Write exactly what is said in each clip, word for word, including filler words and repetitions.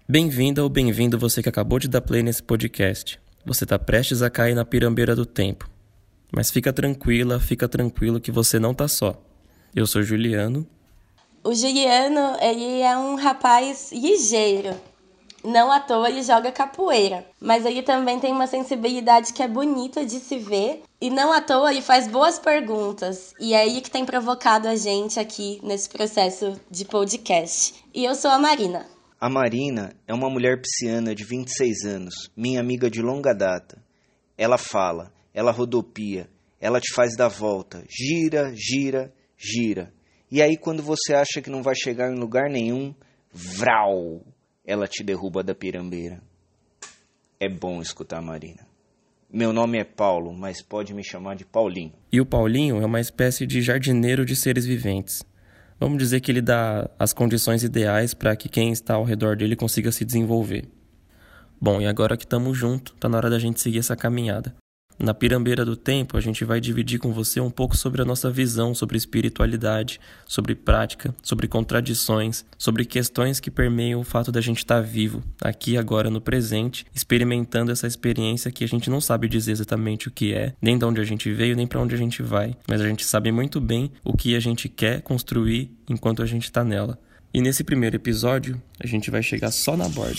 Bem-vinda ou bem-vindo você que acabou de dar play nesse podcast. Você está prestes a cair na pirambeira do tempo. Mas fica tranquila, fica tranquilo que você não tá só. Eu sou Juliano. O Juliano, ele é um rapaz ligeiro. Não à toa ele joga capoeira. Mas ele também tem uma sensibilidade que é bonita de se ver. E não à toa ele faz boas perguntas. E é ele que tem provocado a gente aqui nesse processo de podcast. E eu sou a Marina. A Marina é uma mulher pisciana de vinte e seis anos, minha amiga de longa data. Ela fala, ela rodopia, ela te faz dar volta, gira, gira, gira. E aí quando você acha que não vai chegar em lugar nenhum, vrau, ela te derruba da pirambeira. É bom escutar a Marina. Meu nome é Paulo, mas pode me chamar de Paulinho. E o Paulinho é uma espécie de jardineiro de seres viventes. Vamos dizer que ele dá as condições ideais para que quem está ao redor dele consiga se desenvolver. Bom, e agora que estamos juntos, tá na hora da gente seguir essa caminhada. Na pirambeira do tempo, a gente vai dividir com você um pouco sobre a nossa visão sobre espiritualidade, sobre prática, sobre contradições, sobre questões que permeiam o fato da gente estar vivo, aqui agora no presente, experimentando essa experiência que a gente não sabe dizer exatamente o que é, nem de onde a gente veio, nem para onde a gente vai, mas a gente sabe muito bem o que a gente quer construir enquanto a gente está nela. E nesse primeiro episódio, a gente vai chegar só na borda.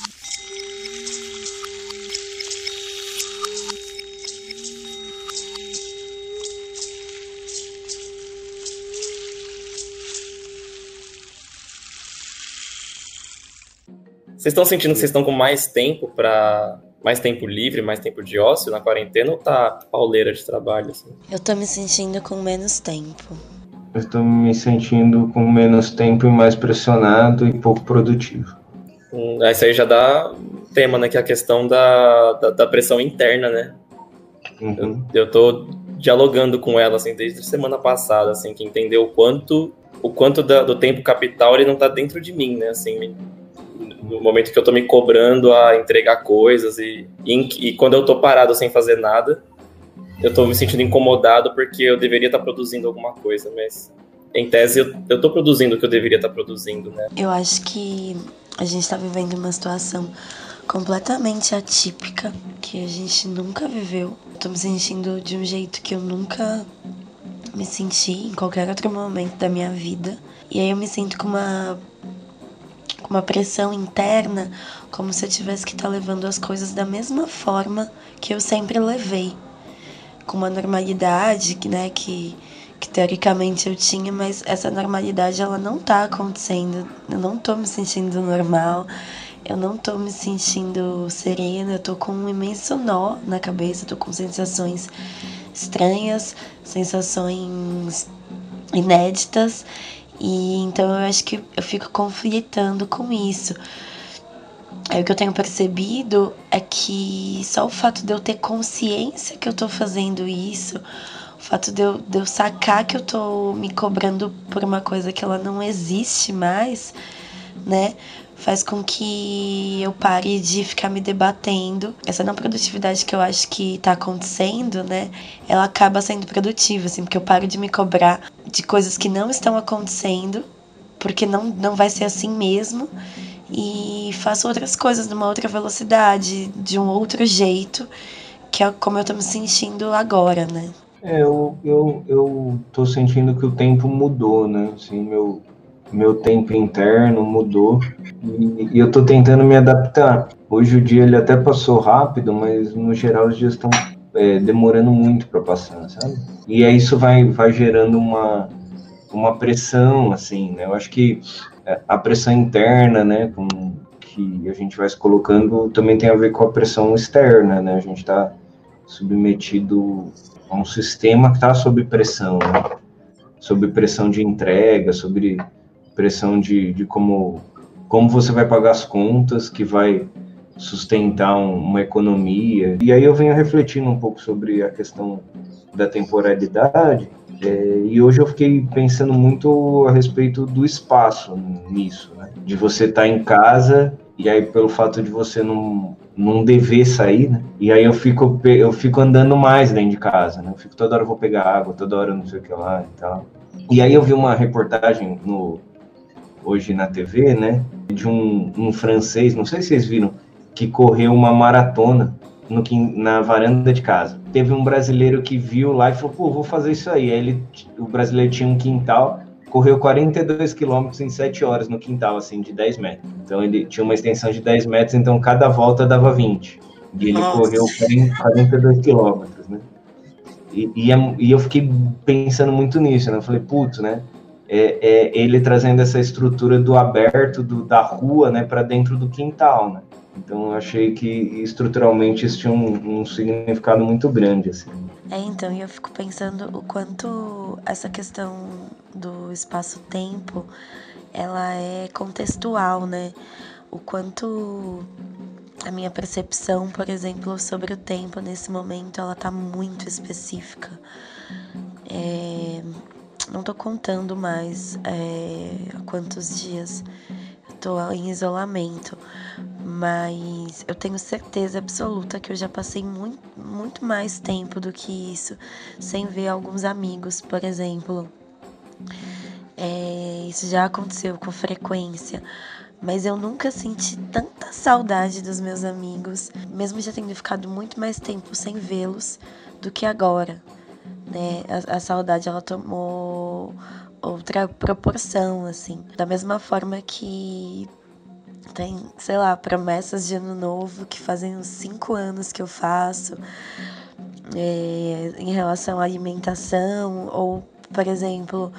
Vocês estão sentindo que vocês estão com mais tempo para mais tempo livre, mais tempo de ócio na quarentena ou tá pauleira de trabalho assim? Eu tô me sentindo com menos tempo. Eu estou me sentindo com menos tempo e mais pressionado e pouco produtivo. Hum, isso aí já dá tema, né? Que é a questão da, da, da pressão interna, né? Uhum. Eu, eu tô dialogando com ela assim desde a semana passada, assim, que entendeu o quanto o quanto da, do tempo capital ele não tá dentro de mim, né? Assim, me, no momento que eu tô me cobrando a entregar coisas e, e, e quando eu tô parado sem fazer nada, eu tô me sentindo incomodado porque eu deveria estar produzindo alguma coisa, mas em tese eu, eu tô produzindo o que eu deveria estar produzindo, né? Eu acho que a gente tá vivendo uma situação completamente atípica, que a gente nunca viveu. Eu tô me sentindo de um jeito que eu nunca me senti em qualquer outro momento da minha vida. E aí eu me sinto com uma uma pressão interna, como se eu tivesse que estar levando as coisas da mesma forma que eu sempre levei, com uma normalidade que, né, que, que teoricamente eu tinha, mas essa normalidade ela não tá acontecendo, eu não tô me sentindo normal, eu não tô me sentindo serena, eu tô com um imenso nó na cabeça, eu tô com sensações estranhas, sensações inéditas. E então eu acho que eu fico conflitando com isso. Aí o que eu tenho percebido é que só o fato de eu ter consciência que eu tô fazendo isso, o fato de eu, de eu sacar que eu tô me cobrando por uma coisa que ela não existe mais, né, faz com que eu pare de ficar me debatendo. Essa não produtividade que eu acho que tá acontecendo, né, ela acaba sendo produtiva, assim, porque eu paro de me cobrar de coisas que não estão acontecendo, porque não, não vai ser assim mesmo, e faço outras coisas numa outra velocidade, de um outro jeito, que é como eu tô me sentindo agora, né. É, eu, eu, eu tô sentindo que o tempo mudou, né, assim, meu... meu tempo interno mudou e, e eu tô tentando me adaptar. Hoje o dia ele até passou rápido, mas no geral os dias estão é, demorando muito para passar, sabe? E aí isso vai, vai gerando uma, uma pressão, assim, né? Eu acho que a pressão interna, né, com, que a gente vai se colocando também tem a ver com a pressão externa, né? A gente está submetido a um sistema que está sob pressão, né? Sob pressão de entrega, sobre pressão de, de como, como você vai pagar as contas, que vai sustentar um, uma economia. E aí eu venho refletindo um pouco sobre a questão da temporalidade, é, e hoje eu fiquei pensando muito a respeito do espaço nisso, né? De você estar em casa, e aí pelo fato de você não, não dever sair, né? E aí eu fico, eu fico andando mais dentro de casa, né? Eu fico toda hora eu vou pegar água, toda hora não sei o que lá e tal. E aí eu vi uma reportagem no hoje na T V, né? De um, um francês, não sei se vocês viram, que correu uma maratona no, na varanda de casa. Teve um brasileiro que viu lá e falou, pô, vou fazer isso aí. Aí ele, o brasileiro tinha um quintal, correu quarenta e dois quilômetros em sete horas no quintal, assim, de dez metros. Então ele tinha uma extensão de dez metros, então cada volta dava vinte. E ele Nossa. correu quarenta e dois quilômetros, né? E, e, e eu fiquei pensando muito nisso, né? Eu falei, putz, né? É, é ele trazendo essa estrutura do aberto, do, da rua, né, para dentro do quintal, né? Então eu achei que estruturalmente isso tinha um, um significado muito grande, assim. É, então, e eu fico pensando o quanto essa questão do espaço-tempo, ela é contextual, né? O quanto a minha percepção, por exemplo, sobre o tempo nesse momento, ela tá muito específica. É, não tô contando mais é, quantos dias eu tô em isolamento, mas eu tenho certeza absoluta que eu já passei muito, muito mais tempo do que isso sem ver alguns amigos, por exemplo. É, isso já aconteceu com frequência, mas eu nunca senti tanta saudade dos meus amigos, mesmo já tendo ficado muito mais tempo sem vê-los do que agora, né? A, a saudade, ela tomou outra proporção, assim. Da mesma forma que tem, sei lá, promessas de ano novo que fazem uns cinco anos que eu faço, é, em relação à alimentação, ou, por exemplo,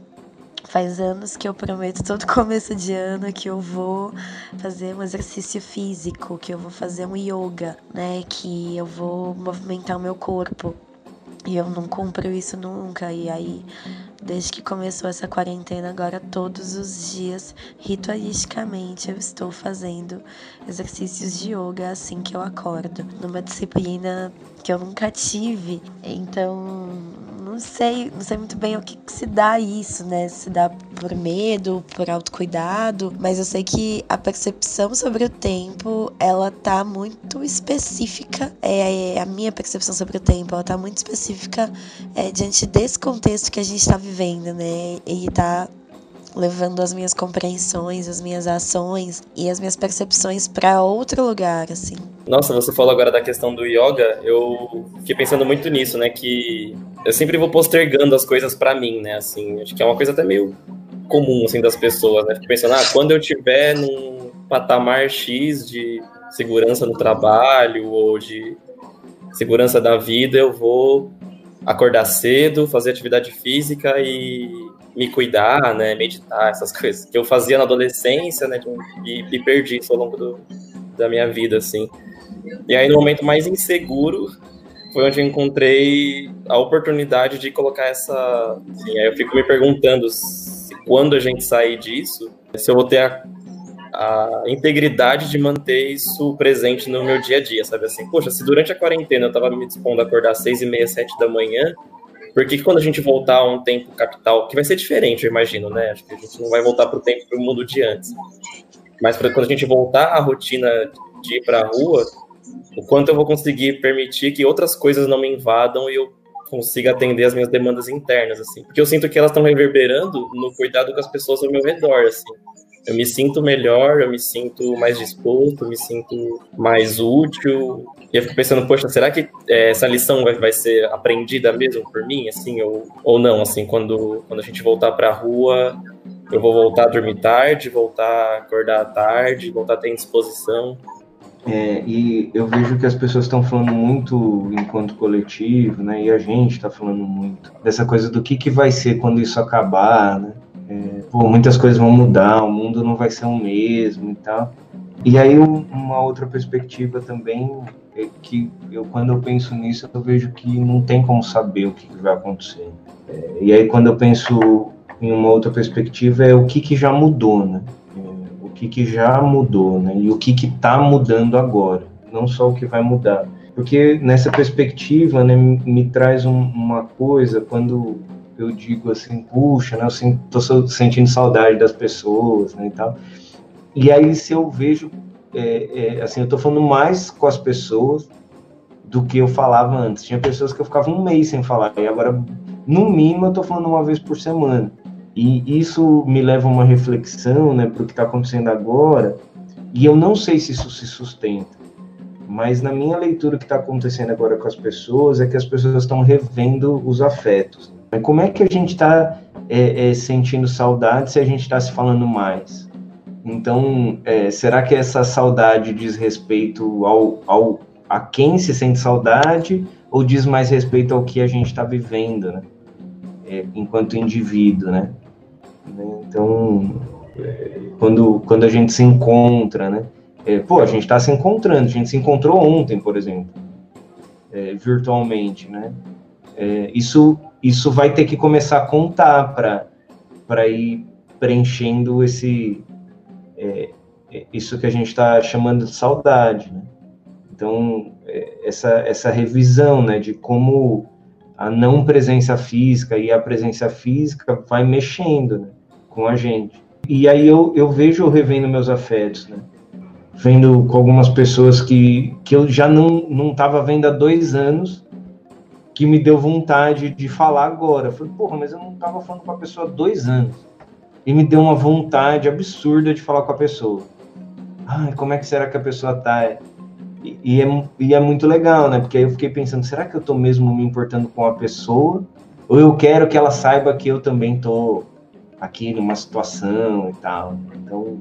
faz anos que eu prometo todo começo de ano que eu vou fazer um exercício físico, que eu vou fazer um yoga, né, que eu vou movimentar o meu corpo. E eu não cumpro isso nunca. E aí, desde que começou essa quarentena, agora todos os dias, ritualisticamente, eu estou fazendo exercícios de yoga assim que eu acordo. Numa disciplina que eu nunca tive. Então, não sei, não sei muito bem o que, que se dá isso, né? Se dá por medo, por autocuidado. Mas eu sei que a percepção sobre o tempo, ela tá muito específica. É, a minha percepção sobre o tempo, ela tá muito específica é, diante desse contexto que a gente tá vivendo, né? E tá levando as minhas compreensões, as minhas ações e as minhas percepções para outro lugar, assim. Nossa, você falou agora da questão do yoga, eu fiquei pensando muito nisso, né, que eu sempre vou postergando as coisas para mim, né, assim, acho que é uma coisa até meio comum, assim, das pessoas, né, fico pensando, ah, quando eu tiver num patamar X de segurança no trabalho ou de segurança da vida, eu vou acordar cedo, fazer atividade física e me cuidar, né, meditar, essas coisas que eu fazia na adolescência, né, e me perdi isso ao longo do, da minha vida, assim. E aí, no momento mais inseguro, foi onde eu encontrei a oportunidade de colocar essa... Assim, aí eu fico me perguntando se quando a gente sair disso, se eu vou ter a, a integridade de manter isso presente no meu dia a dia, sabe? Assim, poxa, se durante a quarentena eu tava me dispondo a acordar às seis e meia, sete da manhã, por que quando a gente voltar a um tempo capital, que vai ser diferente, eu imagino, né? Acho que a gente não vai voltar pro tempo, pro mundo de antes. Mas pra, quando a gente voltar à rotina de ir pra rua, o quanto eu vou conseguir permitir que outras coisas não me invadam e eu consiga atender as minhas demandas internas, assim. Porque eu sinto que elas estão reverberando no cuidado com as pessoas ao meu redor, assim. Eu me sinto melhor, eu me sinto mais disposto, eu me sinto mais útil. E eu fico pensando, poxa, será que é, essa lição vai, vai ser aprendida mesmo por mim, assim, ou, ou não, assim, quando, quando a gente voltar pra rua, eu vou voltar a dormir tarde, voltar a acordar à tarde, voltar a ter indisposição. É, e eu vejo que as pessoas estão falando muito enquanto coletivo, né, e a gente está falando muito dessa coisa do que, que vai ser quando isso acabar, né? É, pô, muitas coisas vão mudar, o mundo não vai ser o mesmo e tal. E aí um, uma outra perspectiva também é que eu, quando eu penso nisso, eu vejo que não tem como saber o que, que vai acontecer. É, e aí quando eu penso em uma outra perspectiva é o que, que já mudou, né? É, o que, que já mudou, né? E o que que tá mudando agora, não só o que vai mudar. Porque nessa perspectiva, né, me, me traz um, uma coisa quando eu digo assim, puxa, né, eu sinto, tô sentindo saudade das pessoas, né, e tal. E aí se eu vejo, é, é, assim, eu tô falando mais com as pessoas do que eu falava antes. Tinha pessoas que eu ficava um mês sem falar, e agora, no mínimo, eu tô falando uma vez por semana. E isso me leva a uma reflexão, né, para o que está acontecendo agora, e eu não sei se isso se sustenta, mas na minha leitura o que está acontecendo agora com as pessoas é que as pessoas estão revendo os afetos. Como é que a gente está é, é, sentindo saudade se a gente está se falando mais? Então, é, será que essa saudade diz respeito ao, ao, a quem se sente saudade ou diz mais respeito ao que a gente está vivendo, né? É, enquanto indivíduo, né? Então, é, quando, quando a gente se encontra, né? É, pô, a gente está se encontrando, a gente se encontrou ontem, por exemplo, é, virtualmente, né? É, isso, isso vai ter que começar a contar para ir preenchendo esse, é, isso que a gente está chamando de saudade, né? Então, é, essa, essa revisão, né, de como a não presença física e a presença física vai mexendo, né, com a gente. E aí eu, eu vejo revendo meus afetos, né? Vendo com algumas pessoas que, que eu já não não estava vendo há dois anos, que me deu vontade de falar agora. Eu falei, porra, mas eu não estava falando com a pessoa há dois anos. E me deu uma vontade absurda de falar com a pessoa. Ai, como é que será que a pessoa tá? E, e, é, e é muito legal, né? Porque aí eu fiquei pensando, será que eu tô mesmo me importando com a pessoa? Ou eu quero que ela saiba que eu também tô aqui numa situação e tal? Então,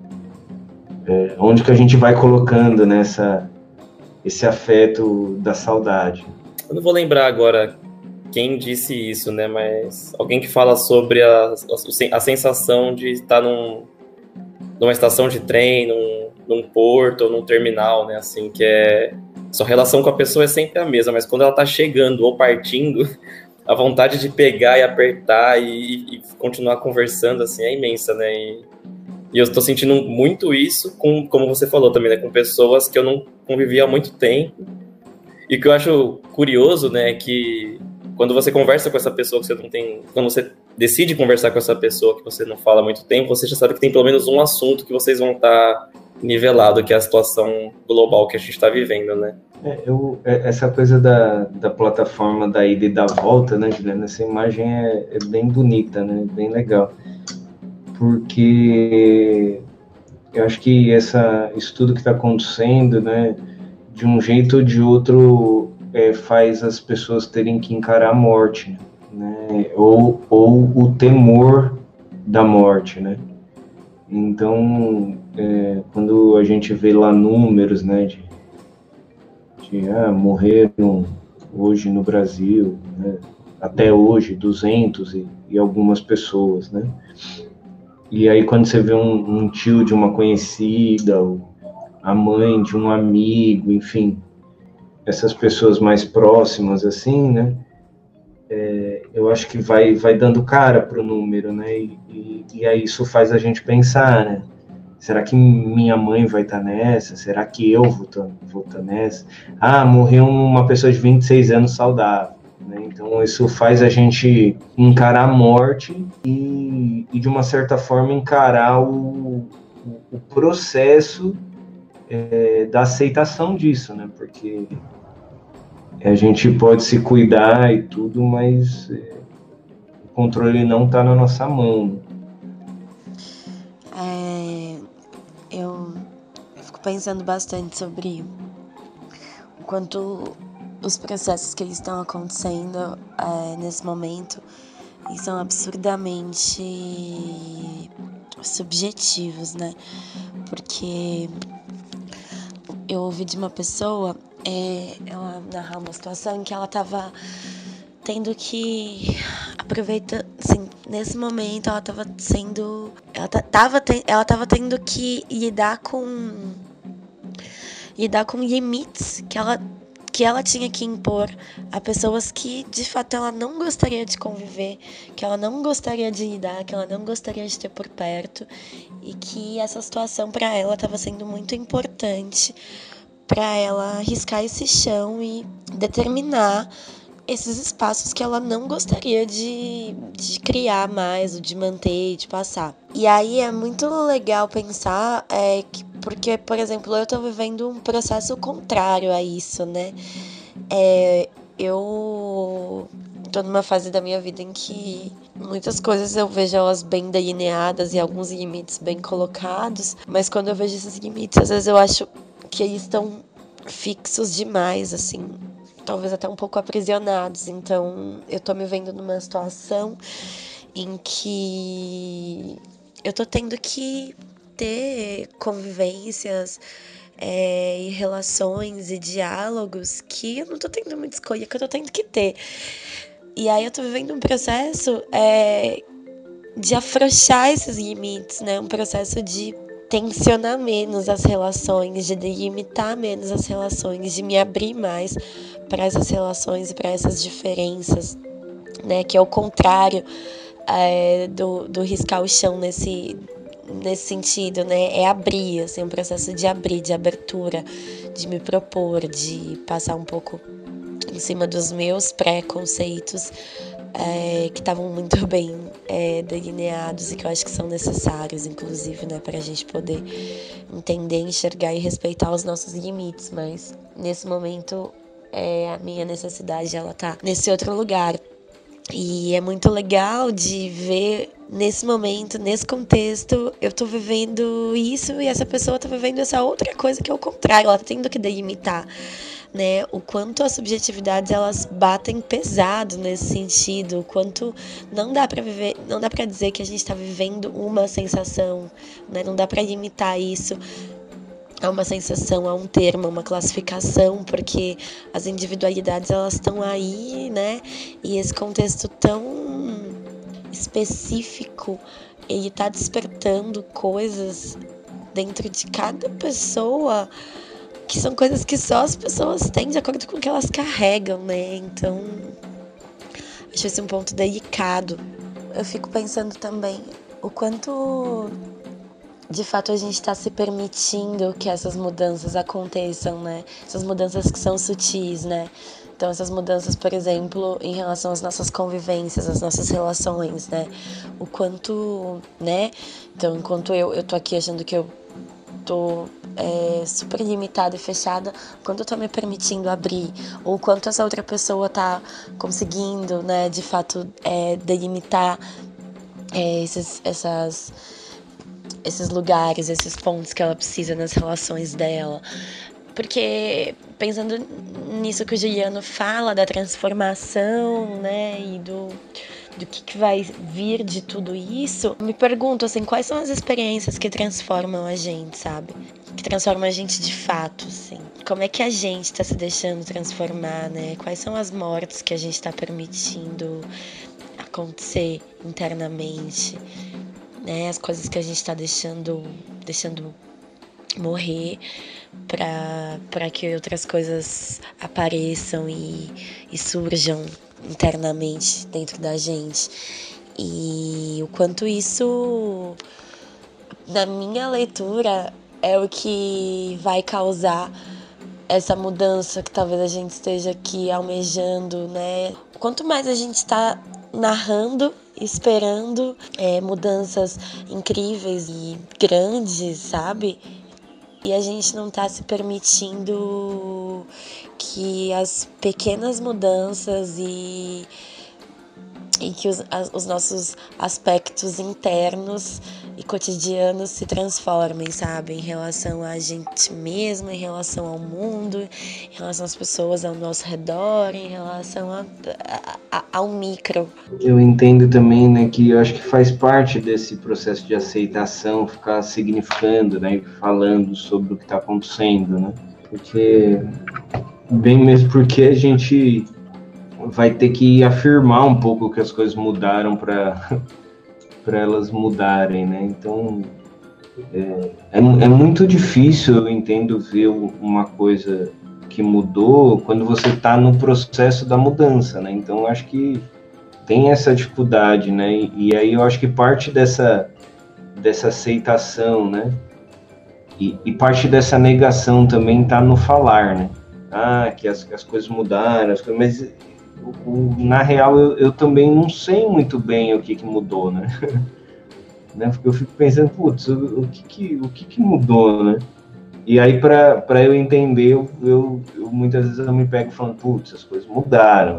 é, onde que a gente vai colocando nessa, esse afeto da saudade? Eu não vou lembrar agora quem disse isso, né? Mas alguém que fala sobre a, a, a sensação de estar num, numa estação de trem, num, num porto ou num terminal, né? Assim, que é... Sua relação com a pessoa é sempre a mesma, mas quando ela tá chegando ou partindo, a vontade de pegar e apertar e, e continuar conversando, assim, é imensa, né? E, e eu estou sentindo muito isso, com, como você falou também, né? Com pessoas que eu não convivia há muito tempo. E o que eu acho curioso, né, é que quando você conversa com essa pessoa que você não tem... Quando você decide conversar com essa pessoa que você não fala há muito tempo, você já sabe que tem pelo menos um assunto que vocês vão estar nivelado, que é a situação global que a gente está vivendo, né? É, eu, essa coisa da, da plataforma da ida e da volta, né, Juliana? Essa imagem é, é bem bonita, né? Bem legal. Porque eu acho que essa, isso tudo que está acontecendo, né, de um jeito ou de outro, é, faz as pessoas terem que encarar a morte, né? Ou, ou o temor da morte, né? Então, é, quando a gente vê lá números, né, de, de ah, morreram hoje no Brasil, né, até hoje, duzentos e, e algumas pessoas, né? E aí quando você vê um, um tio de uma conhecida, ou a mãe de um amigo, enfim, essas pessoas mais próximas, assim, né? É, eu acho que vai, vai dando cara pro número, né? E, e, e aí isso faz a gente pensar, né? Será que minha mãe vai estar nessa? Será que eu vou estar vou tá nessa? Ah, morreu uma pessoa de vinte e seis anos saudável, né? Então isso faz a gente encarar a morte e, e de uma certa forma, encarar o, o, o processo É, da aceitação disso, né? Porque a gente pode se cuidar e tudo, mas é, o controle não está na nossa mão. É, eu fico pensando bastante sobre o quanto os processos que eles estão acontecendo é, nesse momento e são absurdamente subjetivos, né? Porque eu ouvi de uma pessoa, é, ela narrar uma situação em que ela tava tendo que aproveitar, assim, nesse momento ela tava sendo, ela tava, ela tava tendo que lidar com, lidar com limites que ela, que ela tinha que impor a pessoas que, de fato, ela não gostaria de conviver, que ela não gostaria de lidar, que ela não gostaria de ter por perto, e que essa situação para ela estava sendo muito importante para ela riscar esse chão e determinar esses espaços que ela não gostaria de, de criar mais, ou de manter, de passar. E aí é muito legal pensar, é, que, porque, por exemplo, eu tô vivendo um processo contrário a isso, né? É, eu tô numa fase da minha vida em que muitas coisas eu vejo elas bem delineadas e alguns limites bem colocados, mas quando eu vejo esses limites, às vezes eu acho que eles estão fixos demais, assim, talvez até um pouco aprisionados. Então eu tô me vendo numa situação em que eu tô tendo que ter convivências é, e relações e diálogos que eu não tô tendo muita escolha, que eu tô tendo que ter. E aí eu tô vivendo um processo é, de afrouxar esses limites, né? Um processo de tensionar menos as relações, de delimitar menos as relações, de me abrir mais para essas relações e para essas diferenças, né? Que é o contrário é, do, do riscar o chão nesse, nesse sentido, né? É abrir, assim, um processo de abrir, de abertura, de me propor, de passar um pouco em cima dos meus preconceitos é, que estavam muito bem é, delineados e que eu acho que são necessários, inclusive, né, para a gente poder entender, enxergar e respeitar os nossos limites. Mas nesse momento é, a minha necessidade ela tá nesse outro lugar. E é muito legal de ver nesse momento, nesse contexto, eu tô vivendo isso e essa pessoa tá vivendo essa outra coisa que é o contrário, ela tá tendo que delimitar, né? O quanto as subjetividades elas batem pesado nesse sentido, o quanto não dá para viver, não dá para dizer que a gente tá vivendo uma sensação, né? Não dá para limitar isso a uma sensação, a um termo, a uma classificação, porque as individualidades elas estão aí, né? E esse contexto tão específico, ele tá despertando coisas dentro de cada pessoa que são coisas que só as pessoas têm de acordo com o que elas carregam, né? Então, acho esse um ponto delicado. Eu fico pensando também o quanto de fato a gente está se permitindo que essas mudanças aconteçam, né? Essas mudanças que são sutis, né? Então essas mudanças, por exemplo, em relação às nossas convivências, às nossas relações, né? O quanto, né? Então enquanto eu, eu tô aqui achando que eu tô é, super limitada e fechada, quanto eu tô me permitindo abrir, ou quanto essa outra pessoa tá conseguindo, né? De fato, é, delimitar é, esses, essas... esses lugares, esses pontos que ela precisa nas relações dela. Porque, pensando nisso que o Juliano fala, da transformação, né, e do, do que, que vai vir de tudo isso, me pergunto, assim, quais são as experiências que transformam a gente, sabe? Que transformam a gente de fato, assim. Como é que a gente tá se deixando transformar, né? Quais são as mortes que a gente tá permitindo acontecer internamente? Né, as coisas que a gente está deixando, deixando morrer para que outras coisas apareçam e, e surjam internamente dentro da gente. E o quanto isso, na minha leitura, é o que vai causar essa mudança que talvez a gente esteja aqui almejando, né? Quanto mais a gente está narrando, esperando é, mudanças incríveis e grandes, sabe? E a gente não tá se permitindo que as pequenas mudanças e, e que os, as, os nossos aspectos internos e cotidianos se transformem, sabe? Em relação a gente mesmo, em relação ao mundo, em relação às pessoas ao nosso redor, em relação a, a, a, ao micro. Eu entendo também, né, que eu acho que faz parte desse processo de aceitação, ficar significando, né, falando sobre o que está acontecendo, né? Porque, bem mesmo porque a gente vai ter que afirmar um pouco que as coisas mudaram para para elas mudarem, né? Então, é, é, é muito difícil, eu entendo, ver uma coisa que mudou quando você está no processo da mudança, né? Então, eu acho que tem essa dificuldade, né? E, e aí eu acho que parte dessa, dessa aceitação, né? E, e parte dessa negação também está no falar, né? Ah, que as, as coisas mudaram, as coisas, mas o, na real eu, eu também não sei muito bem o que, que mudou, né? né? Porque eu fico pensando, putz, o, o, que, que, o que, que mudou, né? E aí, para eu entender, eu, eu, eu muitas vezes eu me pego falando, putz, as coisas mudaram, né?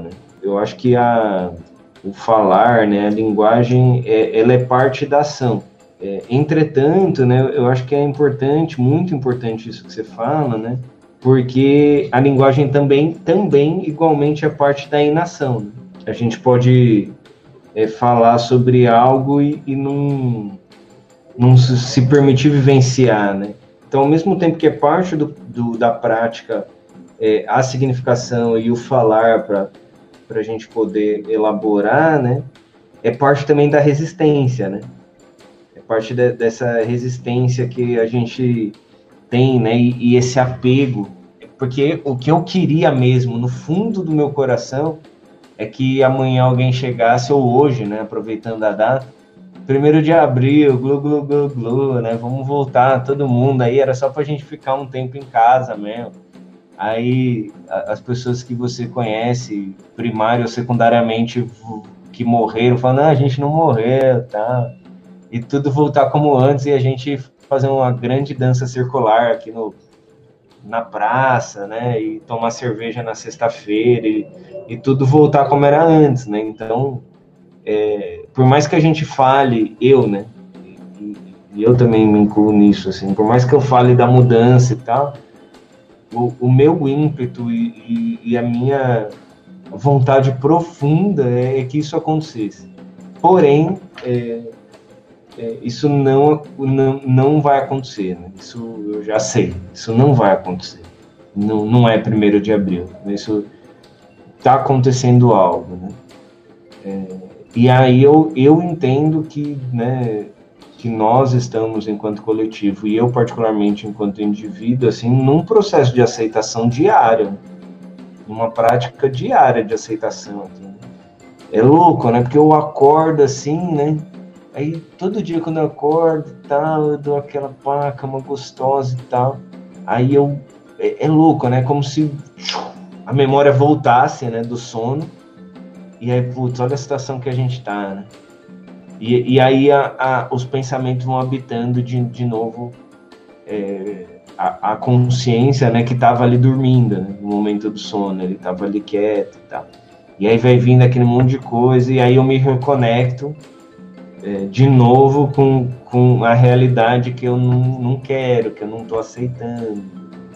eu acho que a, o falar, né, a linguagem, é, ela é parte da ação. É, entretanto, né, eu acho que é importante, muito importante isso que você fala, né, porque a linguagem também, também igualmente é parte da inação. Né? A gente pode é, falar sobre algo e, e não, não se permitir vivenciar, né? Então, ao mesmo tempo que é parte do, do, da prática, é, a significação e o falar para a gente poder elaborar, né, é parte também da resistência, né? É parte de, dessa resistência que a gente tem, né, e, e esse apego. Porque o que eu queria mesmo, no fundo do meu coração, é que amanhã alguém chegasse, ou hoje, né, aproveitando a data, primeiro de abril, glu, glu, glu, glu, né, vamos voltar, todo mundo, aí era só pra gente ficar um tempo em casa mesmo. Aí as pessoas que você conhece, primário ou secundariamente, que morreram, falam, não, a gente não morreu, tá? E tudo voltar como antes e a gente fazer uma grande dança circular aqui no na praça, né, e tomar cerveja na sexta-feira e, e tudo voltar como era antes, né, então, é, por mais que a gente fale, eu, né, e, e eu também me incluo nisso, assim, por mais que eu fale da mudança e tal, o, o meu ímpeto e, e, e a minha vontade profunda é, é que isso acontecesse, porém, é, É, isso não, não, não vai acontecer, né? Isso eu já sei, isso não vai acontecer, não, não é primeiro de abril, isso está acontecendo algo, né? É, e aí eu, eu entendo que, né, que nós estamos enquanto coletivo, e eu particularmente enquanto indivíduo, assim, num processo de aceitação diário, numa prática diária de aceitação, assim. É louco, né? Porque eu acordo assim, né? Aí, todo dia quando eu acordo e tal, eu dou aquela pá, cama gostosa e tal. Aí eu... É, é louco, né? Como se a memória voltasse, né? Do sono. E aí, putz, olha a situação que a gente tá, né? E, e aí a, a, os pensamentos vão habitando de, de novo é, a, a consciência, né? Que tava ali dormindo, né? No momento do sono, ele tava ali quieto e tal. E aí vai vindo aquele monte de coisa e aí eu me reconecto de novo com, com a realidade que eu não, não quero, que eu não estou aceitando.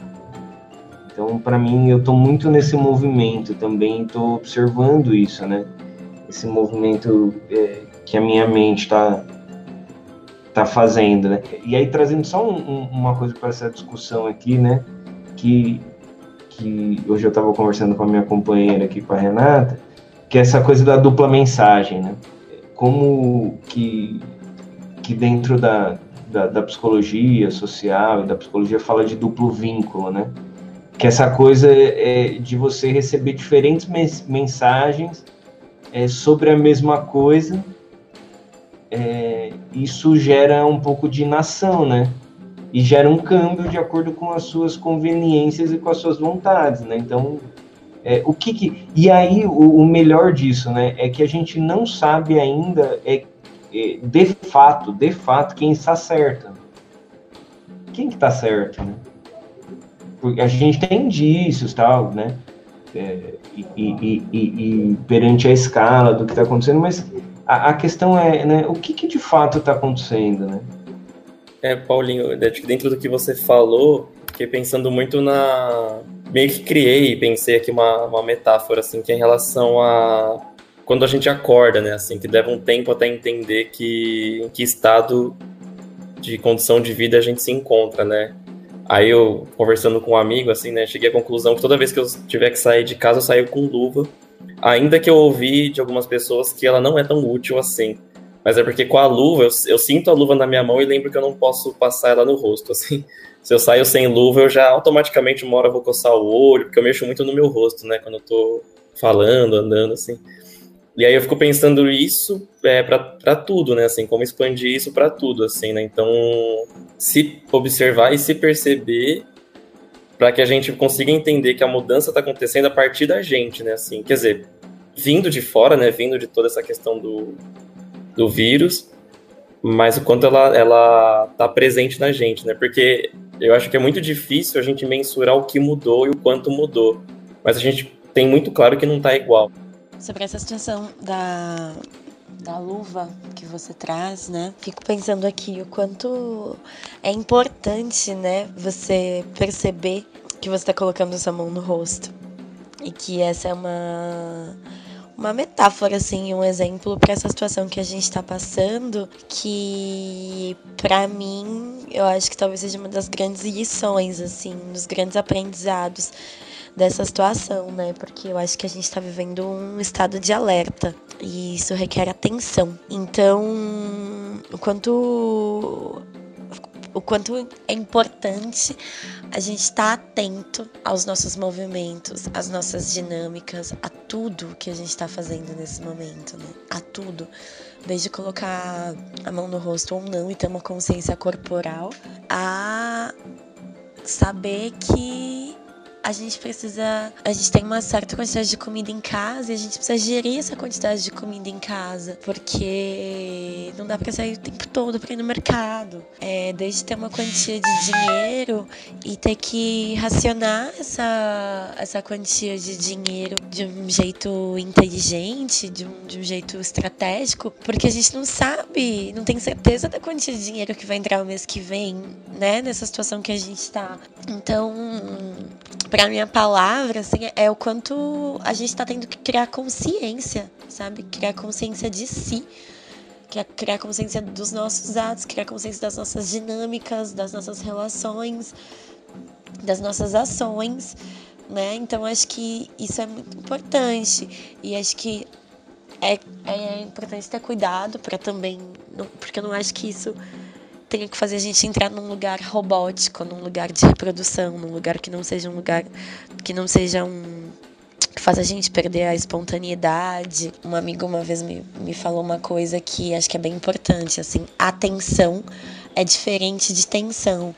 Então, para mim, eu estou muito nesse movimento também, estou observando isso, né? Esse movimento é, que a minha mente está tá fazendo, né? E aí, trazendo só um, um, uma coisa para essa discussão aqui, né? Que, que hoje eu estava conversando com a minha companheira aqui, com a Renata, que é essa coisa da dupla mensagem, né? Como que, que dentro da, da, da psicologia social e da psicologia fala de duplo vínculo, né? Que essa coisa é de você receber diferentes mensagens é, sobre a mesma coisa, é, isso gera um pouco de inação, né? E gera um câmbio de acordo com as suas conveniências e com as suas vontades, né? Então... É, o que, que e aí o, o melhor disso, né, é que a gente não sabe ainda é, é, de fato, de fato, quem está certo. Quem que está certo, né? Porque a gente tem indícios, tal, né? É, e, e, e, e perante a escala do que está acontecendo, mas a, a questão é, né, o que, que de fato está acontecendo, né? É, Paulinho, dentro do que você falou, fiquei pensando muito na... Meio que criei e pensei aqui uma, uma metáfora, assim, que é em relação a... Quando a gente acorda, né, assim, que leva um tempo até entender que, em que estado de condição de vida a gente se encontra, né? Aí eu, conversando com um amigo, assim, né, cheguei à conclusão que toda vez que eu tiver que sair de casa, eu saio com luva, ainda que eu ouvi de algumas pessoas que ela não é tão útil assim. Mas é porque com a luva, eu, eu sinto a luva na minha mão e lembro que eu não posso passar ela no rosto, assim. Se eu saio sem luva, eu já automaticamente uma hora vou coçar o olho, porque eu mexo muito no meu rosto, né, quando eu tô falando, andando, assim. E aí eu fico pensando isso é, pra, pra tudo, né, assim, como expandir isso pra tudo, assim, né. Então, se observar e se perceber para que a gente consiga entender que a mudança tá acontecendo a partir da gente, né, assim. Quer dizer, vindo de fora, né, vindo de toda essa questão do... do vírus, mas o quanto ela, ela tá presente na gente, né? Porque eu acho que é muito difícil a gente mensurar o que mudou e o quanto mudou, mas a gente tem muito claro que não tá igual. Sobre essa situação da, da luva que você traz, né? Fico pensando aqui o quanto é importante, né? Você perceber que você tá colocando sua mão no rosto. E que essa é uma... uma metáfora, assim, um exemplo para essa situação que a gente está passando, que para mim, eu acho que talvez seja uma das grandes lições, assim, dos grandes aprendizados dessa situação, né? Porque eu acho que a gente está vivendo um estado de alerta e isso requer atenção. Então, o quanto o quanto é importante a gente estar atento aos nossos movimentos, às nossas dinâmicas, a tudo que a gente está fazendo nesse momento, né? A tudo. Desde colocar a mão no rosto ou não e ter uma consciência corporal, a saber que a gente precisa... A gente tem uma certa quantidade de comida em casa e a gente precisa gerir essa quantidade de comida em casa, porque não dá pra sair o tempo todo pra ir no mercado. É, desde ter uma quantia de dinheiro e ter que racionar essa, essa quantia de dinheiro de um jeito inteligente, de um, de um jeito estratégico, porque a gente não sabe, não tem certeza da quantia de dinheiro que vai entrar o mês que vem, né, nessa situação que a gente tá. Então, pra minha palavra, assim, é o quanto a gente tá tendo que criar consciência, sabe? Criar consciência de si, criar consciência dos nossos atos, criar consciência das nossas dinâmicas, das nossas relações, das nossas ações, né? Então, acho que isso é muito importante e acho que é, é importante ter cuidado para também, não, porque eu não acho que isso tenha que fazer a gente entrar num lugar robótico, num lugar de reprodução, num lugar que não seja um lugar, que não seja um... que faça a gente perder a espontaneidade. Um amigo uma vez me, me falou uma coisa que acho que é bem importante, assim, atenção é diferente de tensão.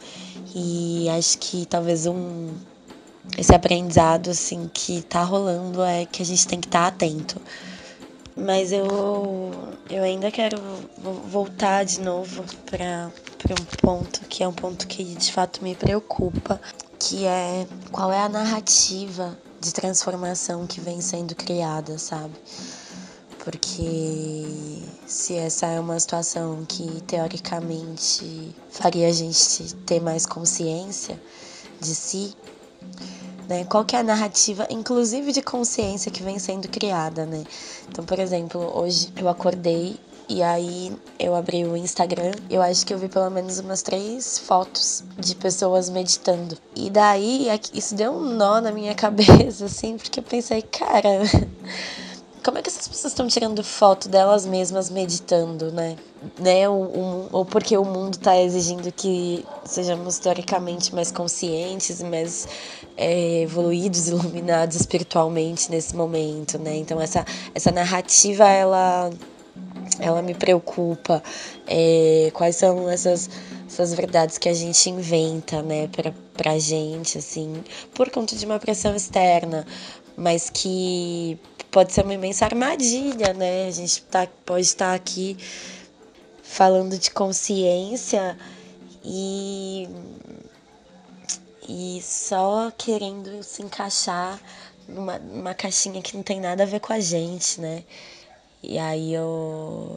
E acho que talvez um... esse aprendizado, assim, que tá rolando é que a gente tem que estar atento. Mas eu, eu ainda quero voltar de novo para um ponto que é um ponto que de fato me preocupa, que é qual é a narrativa de transformação que vem sendo criada, sabe? Porque se essa é uma situação que teoricamente faria a gente ter mais consciência de si, né? Qual que é a narrativa, inclusive de consciência, que vem sendo criada, né? Então, por exemplo, hoje eu acordei e aí eu abri o Instagram, eu acho que eu vi pelo menos umas três fotos de pessoas meditando. E daí, isso deu um nó na minha cabeça, assim, porque eu pensei, cara, como é que essas pessoas estão tirando foto delas mesmas meditando, né? né? Ou, ou, ou porque o mundo está exigindo que sejamos teoricamente mais conscientes, mais é, evoluídos, iluminados espiritualmente nesse momento, né? Então essa, essa narrativa, ela, ela me preocupa. É, quais são essas, essas verdades que a gente inventa, né? Pra, pra gente, assim, por conta de uma pressão externa, mas que pode ser uma imensa armadilha, né? A gente tá, pode estar aqui falando de consciência e, e só querendo se encaixar numa, numa caixinha que não tem nada a ver com a gente, né? E aí eu...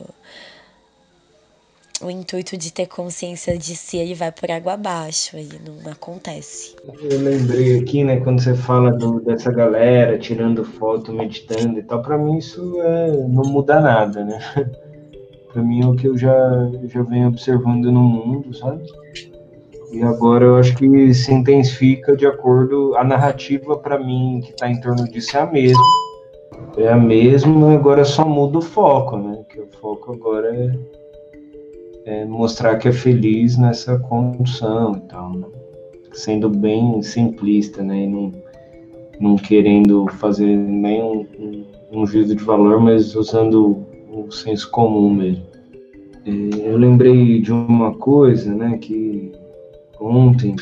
o intuito de ter consciência de si, ele vai por água abaixo, aí não, não acontece. Eu lembrei aqui, né, quando você fala do, dessa galera tirando foto, meditando e tal, pra mim isso é, não muda nada, né? Pra mim é o que eu já, já venho observando no mundo, sabe? E agora eu acho que se intensifica de acordo... A narrativa, pra mim, que tá em torno disso é a mesma. É a mesma, agora só muda o foco, né? Que o foco agora é, é mostrar que é feliz nessa condução e tal, né? Sendo bem simplista, né? E não, não querendo fazer nenhum um, um juízo de valor, mas usando o senso comum mesmo. É, eu lembrei de uma coisa, né? Que ontem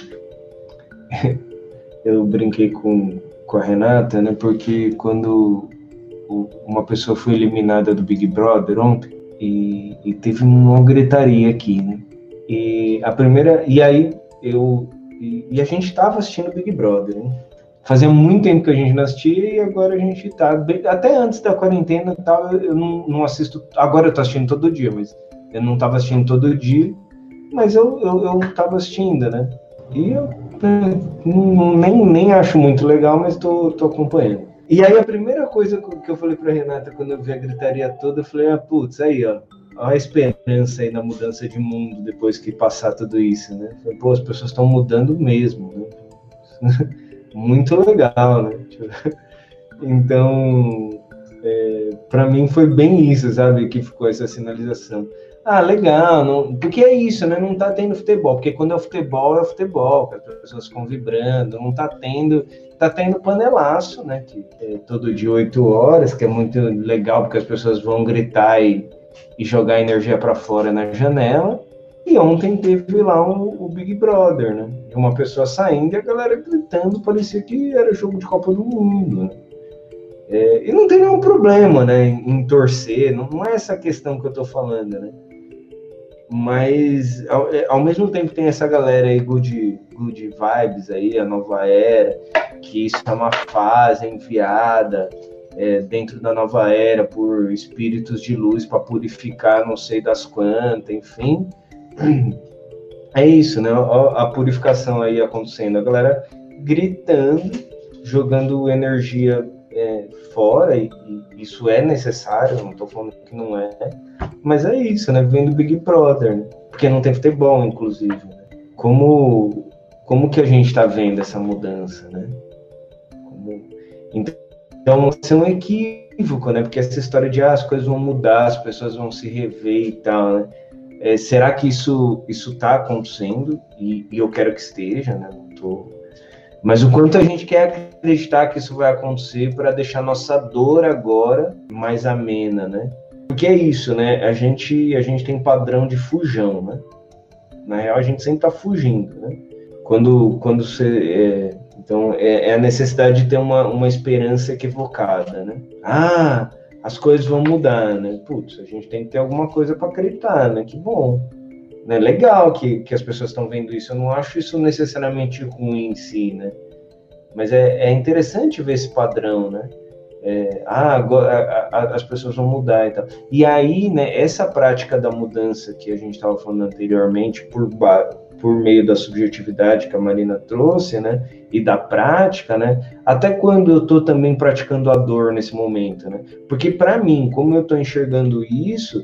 eu brinquei com, com a Renata, né? Porque quando uma pessoa foi eliminada do Big Brother ontem e, e teve uma gritaria aqui, né? E a primeira... E aí eu... E, e a gente estava assistindo Big Brother, né? Fazia muito tempo que a gente não assistia e agora a gente tá... Bem, até antes da quarentena e tal, eu não, não assisto... Agora eu tô assistindo todo dia, mas eu não tava assistindo todo dia, mas eu, eu, eu tava assistindo, né? E eu não, nem, nem acho muito legal, mas tô, tô acompanhando. E aí a primeira coisa que eu falei pra Renata quando eu vi a gritaria toda, eu falei, ah, putz, aí, ó, olha a esperança aí na mudança de mundo depois que passar tudo isso, né? Falei, pô, as pessoas estão mudando mesmo, né? Muito legal, né? Então, é, para mim foi bem isso, sabe? Que ficou essa sinalização. Ah, legal, não, porque é isso, né? Não tá tendo futebol, porque quando é o futebol, é o futebol, que as pessoas ficam vibrando, não tá tendo, tá tendo panelaço, né? Que é todo dia oito horas, que é muito legal, porque as pessoas vão gritar e, e jogar energia para fora na janela. E ontem teve lá um, o Big Brother, né? Uma pessoa saindo e a galera gritando, parecia que era jogo de Copa do Mundo, né? É, e não tem nenhum problema, né, em, em torcer, não, não é essa questão que eu tô falando, né? Mas, ao, ao mesmo tempo tem essa galera aí, good, good vibes aí, a nova era, que isso é uma fase enviada é, dentro da nova era por espíritos de luz para purificar não sei das quantas, enfim... É isso, né? A purificação aí acontecendo, a galera gritando, jogando energia é, fora, e, e isso é necessário, não tô falando que não é, mas é isso, né? Vendo Big Brother, né? Porque não tem futebol, inclusive, né? Como, como que a gente tá vendo essa mudança, né? Como... Então, isso é um equívoco, né? Porque essa história de ah, as coisas vão mudar, as pessoas vão se rever e tal, né? É, será que isso isso está acontecendo? E, e eu quero que esteja, né? Não tô... Mas o quanto a gente quer acreditar que isso vai acontecer para deixar nossa dor agora mais amena, né? Porque é isso, né? A gente, a gente tem padrão de fujão, né? Na real, a gente sempre está fugindo, né? Quando, quando você... É... Então, é, é a necessidade de ter uma, uma esperança equivocada, né? Ah... as coisas vão mudar, né? Putz, a gente tem que ter alguma coisa para acreditar, né? Que bom. Né? Legal que, que as pessoas estão vendo isso. Eu não acho isso necessariamente ruim em si, né? Mas é, é interessante ver esse padrão, né? É, ah, agora a, a, as pessoas vão mudar e tal. E aí, né, essa prática da mudança que a gente estava falando anteriormente, por, por meio da subjetividade que a Marina trouxe, né? E da prática, né? Até quando eu estou também praticando a dor nesse momento, né? Porque para mim, como eu estou enxergando isso,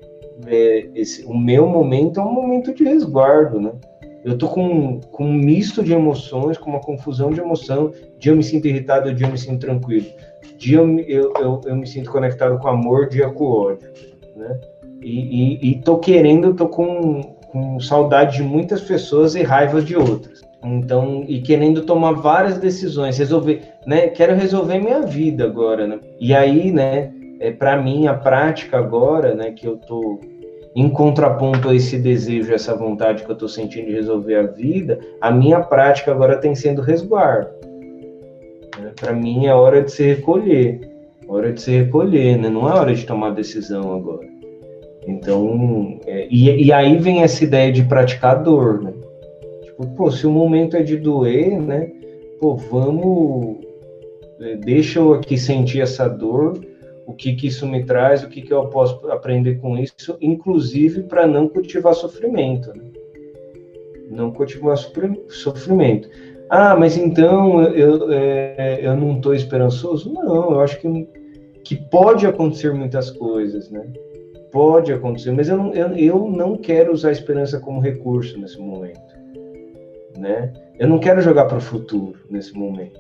é, esse, o meu momento é um momento de resguardo, né? Eu estou com, com um misto de emoções, com uma confusão de emoção. Dia eu me sinto irritado, dia eu me sinto tranquilo. Dia eu, eu, eu, eu me sinto conectado com amor, dia com ódio, né? E, e, e tô querendo, tô com, com saudade de muitas pessoas e raiva de outras. Então, e querendo tomar várias decisões, resolver, né? Quero resolver minha vida agora, né? E aí, né? É, para mim, a prática agora, né? Que eu tô em contraponto a esse desejo, essa vontade que eu tô sentindo de resolver a vida, a minha prática agora tem sendo resguardo. Né? Para mim, é hora de se recolher. Hora de se recolher, né? Não é hora de tomar decisão agora. Então, é, e, e aí vem essa ideia de praticar a dor, né? Pô, se o momento é de doer, né? Pô, vamos... Deixa eu aqui sentir essa dor, o que que isso me traz, o que que eu posso aprender com isso, inclusive para não cultivar sofrimento, né? Não cultivar sofrimento. Ah, mas então eu, é, eu não estou esperançoso? Não, eu acho que, que pode acontecer muitas coisas, né? Pode acontecer, mas eu não, eu, eu não quero usar a esperança como recurso nesse momento. Né? Eu não quero jogar para o futuro nesse momento.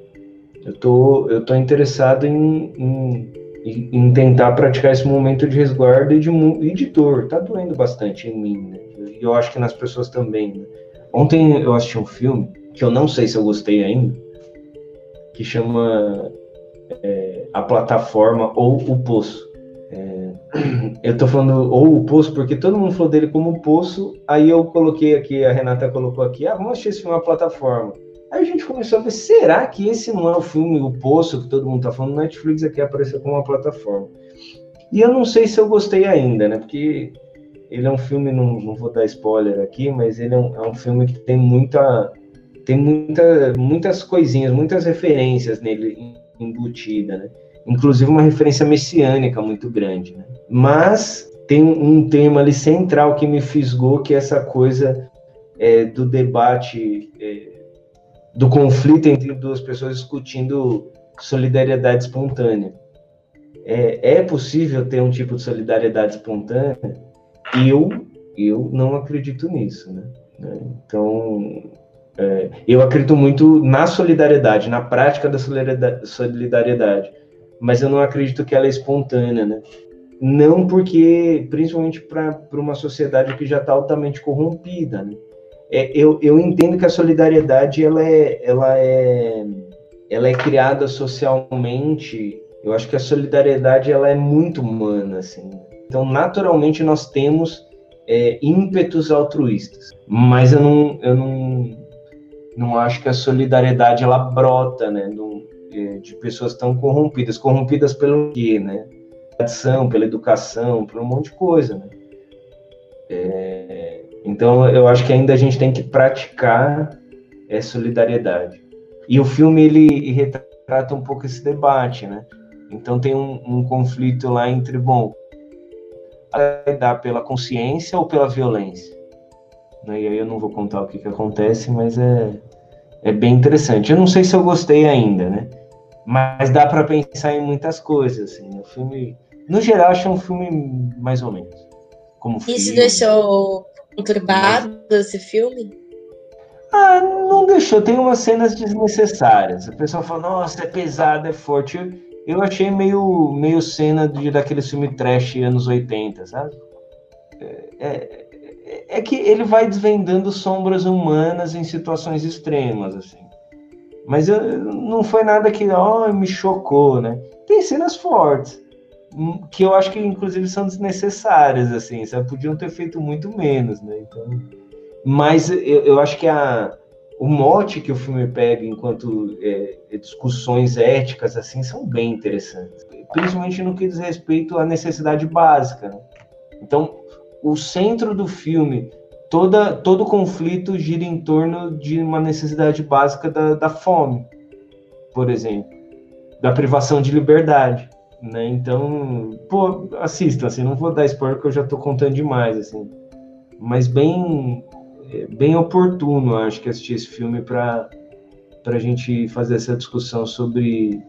Eu tô, eu tô interessado em, em, em tentar praticar esse momento de resguardo e de, e de dor. Tá doendo bastante em mim, né? E eu acho que nas pessoas também, né? Ontem eu assisti um filme que eu não sei se eu gostei ainda, que chama é, A Plataforma ou O Poço. É, eu tô falando ou O Poço porque todo mundo falou dele como O Poço, aí eu coloquei aqui, a Renata colocou aqui, ah, vamos assistir esse filme A Plataforma. Aí a gente começou a ver, será que esse não é o filme O Poço que todo mundo tá falando? Netflix aqui apareceu como Uma Plataforma. E eu não sei se eu gostei ainda, né? Porque ele é um filme, não, não vou dar spoiler aqui, mas ele é um, é um filme que tem muita, tem muita, muitas coisinhas, muitas referências nele embutida, né? Inclusive uma referência messiânica muito grande, né? Mas tem um tema ali central que me fisgou, que é essa coisa é, do debate, é, do conflito entre duas pessoas discutindo solidariedade espontânea. É, é possível ter um tipo de solidariedade espontânea? Eu, eu não acredito nisso, né? Então, é, eu acredito muito na solidariedade, na prática da solidariedade, mas eu não acredito que ela é espontânea, né? Não porque, principalmente para uma sociedade que já está altamente corrompida, né? É, eu, eu entendo que a solidariedade ela é, ela é, ela é criada socialmente. Eu acho que a solidariedade ela é muito humana, assim. Então, naturalmente, nós temos é, ímpetos altruístas, mas eu não, eu não, não acho que a solidariedade ela brota, né, do, de pessoas tão corrompidas, corrompidas pelo quê, né? Pela educação, por um monte de coisa, né? É, então, eu acho que ainda a gente tem que praticar é, solidariedade. E o filme ele retrata um pouco esse debate, né? Então tem um, um conflito lá entre, bom, vai dar pela consciência ou pela violência? E aí eu não vou contar o que, que acontece, mas é, é bem interessante. Eu não sei se eu gostei ainda, né? Mas dá para pensar em muitas coisas, assim. O filme, no geral, acho um filme mais ou menos. Como filme. Isso deixou conturbado mas... esse filme? Ah, não deixou. Tem umas cenas desnecessárias. A pessoa fala, nossa, é pesado, é forte. Eu, eu achei meio, meio cena de, daquele filme trash anos oitenta, sabe? É, é, é que ele vai desvendando sombras humanas em situações extremas, assim. Mas eu, não foi nada que oh, me chocou, né? Tem cenas fortes, que eu acho que, inclusive, são desnecessárias, assim, sabe? Podiam ter feito muito menos, né? Então, mas eu, eu acho que a, o mote que o filme pega enquanto é, discussões éticas, assim, são bem interessantes. Principalmente no que diz respeito à necessidade básica, né? Então, o centro do filme... Toda, todo conflito gira em torno de uma necessidade básica da, da fome, por exemplo, da privação de liberdade, né? Então, pô, assistam, assim, não vou dar spoiler porque eu já estou contando demais, assim, mas bem, bem oportuno, acho que assistir esse filme para a gente fazer essa discussão sobre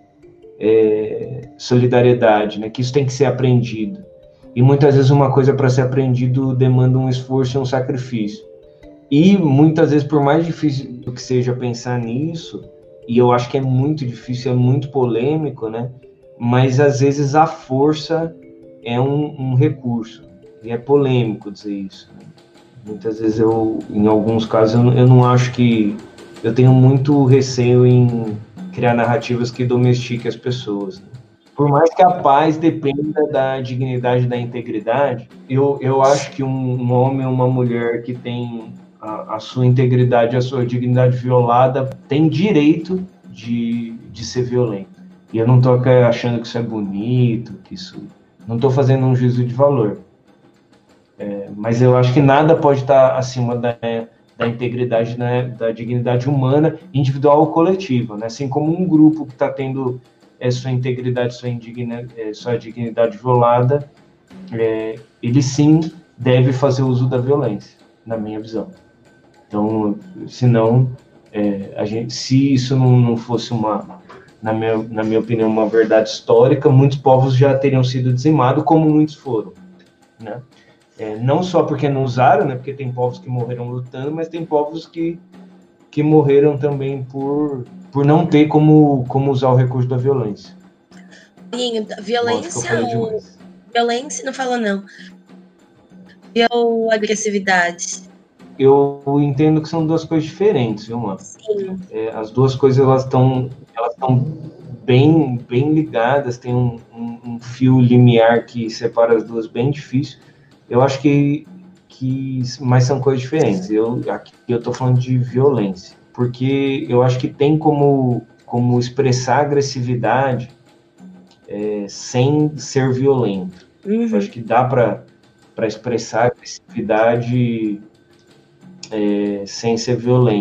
é, solidariedade, né? Que isso tem que ser aprendido. E muitas vezes uma coisa para ser aprendido demanda um esforço e um sacrifício. E muitas vezes, por mais difícil que seja pensar nisso, e eu acho que é muito difícil, é muito polêmico, né? Mas às vezes a força é um, um recurso. E é polêmico dizer isso, né? Muitas vezes eu, em alguns casos, eu, eu não acho que... Eu tenho muito receio em criar narrativas que domestiquem as pessoas, né? Por mais que a paz dependa da dignidade e da integridade, eu, eu acho que um, um homem ou uma mulher que tem a, a sua integridade e a sua dignidade violada tem direito de, de ser violento. E eu não estou achando que isso é bonito, que isso... Não estou fazendo um juízo de valor. É, mas eu acho que nada pode estar acima da, da integridade, né, da dignidade humana, individual ou coletiva, né? Assim como um grupo que está tendo... É sua integridade, sua, indigna, é, sua dignidade violada, é, ele sim deve fazer uso da violência, na minha visão. Então, senão, é, a gente, se isso não, não fosse uma, na minha, na minha opinião, uma verdade histórica, muitos povos já teriam sido dizimados, como muitos foram, né? É, não só porque não usaram, né, porque tem povos que morreram lutando, mas tem povos que, que morreram também por... por não ter como, como usar o recurso da violência. Violência ou... Violência, não fala não. Ou agressividade? Eu entendo que são duas coisas diferentes, viu, mano? Sim. É, as duas coisas, elas estão elas estão bem, bem ligadas, tem um, um, um fio limiar que separa as duas bem difícil. Eu acho que, que mas são coisas diferentes. Eu, aqui eu tô falando de violência. Porque eu acho que tem como, como expressar agressividade é, sem ser violento. Uhum. Eu acho que dá para expressar agressividade é, sem ser violento.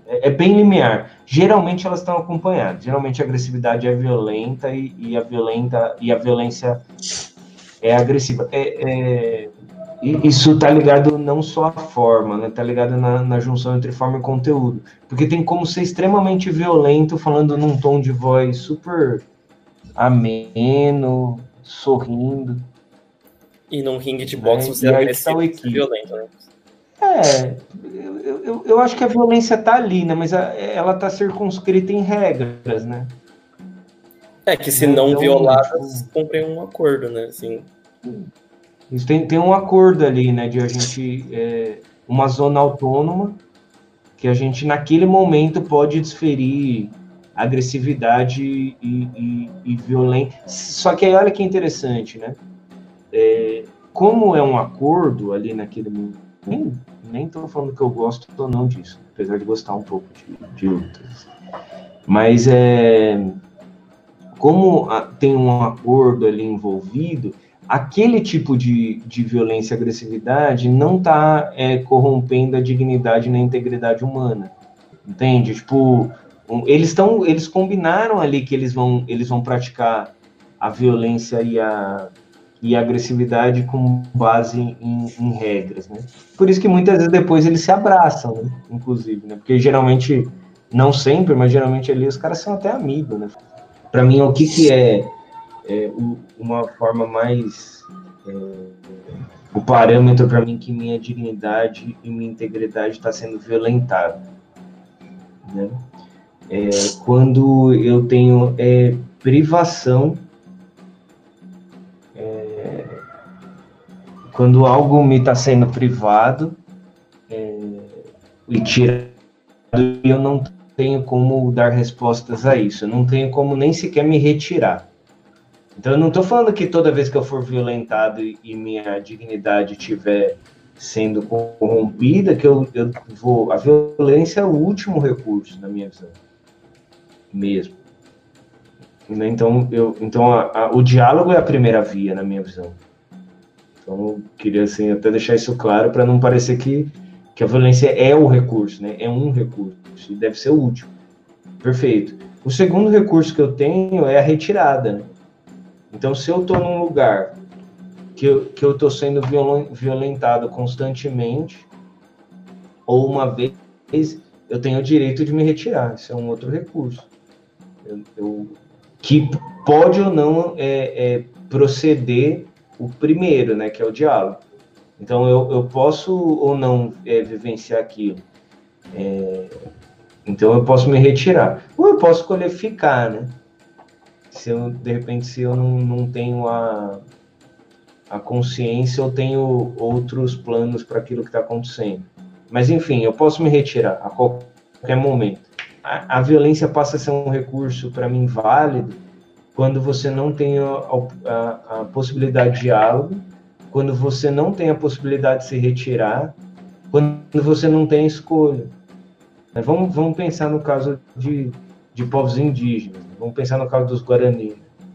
É, é bem limiar. Geralmente elas estão acompanhadas. Geralmente a agressividade é violenta e, e a violenta e a violência é agressiva. É, é, isso está ligado não só à forma, né? Está ligado na, na junção entre forma e conteúdo. Porque tem como ser extremamente violento falando num tom de voz super ameno, sorrindo. E num ringue de boxe É, você e é aí agressivo, tá o você é equilíbrio. violento, né? É, eu, eu, eu acho que a violência tá ali, né? Mas a, ela tá circunscrita em regras, né? É que se Né? não Então, violadas, tipo, cumprem um acordo, né? Assim, isso tem, tem um acordo ali, né? De a gente... É, uma zona autônoma que a gente, naquele momento, pode desferir agressividade e, e, e violência. Só que aí, olha que interessante, né? É, como é um acordo ali naquele momento, nem, nem tô falando que eu gosto ou não disso, apesar de gostar um pouco de, de lutas. Mas é, como a, tem um acordo ali envolvido, aquele tipo de, de violência e agressividade não está é, corrompendo a dignidade nem a integridade humana, entende? Tipo, um, eles estão, eles combinaram ali que eles vão, eles vão praticar a violência e a, e a agressividade com base em, em regras, né? Por isso que muitas vezes depois eles se abraçam, né? Inclusive, né? Porque geralmente, não sempre, mas geralmente ali os caras são até amigos, né? Para mim, o que que é É, uma forma mais é, o parâmetro para mim que minha dignidade e minha integridade está sendo violentada, né? É, quando eu tenho é, privação, é, quando algo me está sendo privado é, e tirado, eu não tenho como dar respostas a isso, eu não tenho como nem sequer me retirar. Então, eu não estou falando que toda vez que eu for violentado e, e minha dignidade estiver sendo corrompida, que eu, eu vou... A violência é o último recurso, na minha visão. Mesmo. Então, eu, então a, a, o diálogo é a primeira via, na minha visão. Então, eu queria assim, até deixar isso claro, para não parecer que, que a violência é o recurso, né? É um recurso, e deve ser o último. Perfeito. O segundo recurso que eu tenho é a retirada, né? Então, se eu estou num lugar que eu que eu estou sendo violentado constantemente, ou uma vez, eu tenho o direito de me retirar. Isso é um outro recurso. Eu, eu, que pode ou não é, é, proceder o primeiro, né, que é o diálogo. Então, eu, eu posso ou não é, vivenciar aquilo. É, então, eu posso me retirar. Ou eu posso escolher ficar, né? Se eu, de repente, se eu não, não tenho a, a consciência, eu tenho outros planos para aquilo que está acontecendo. Mas, enfim, eu posso me retirar a qualquer momento. A, a violência passa a ser um recurso, para mim, válido quando você não tem a, a, a possibilidade de diálogo, quando você não tem a possibilidade de se retirar, quando você não tem escolha. Vamos, vamos pensar no caso de, de povos indígenas. Vamos pensar no caso dos Guarani.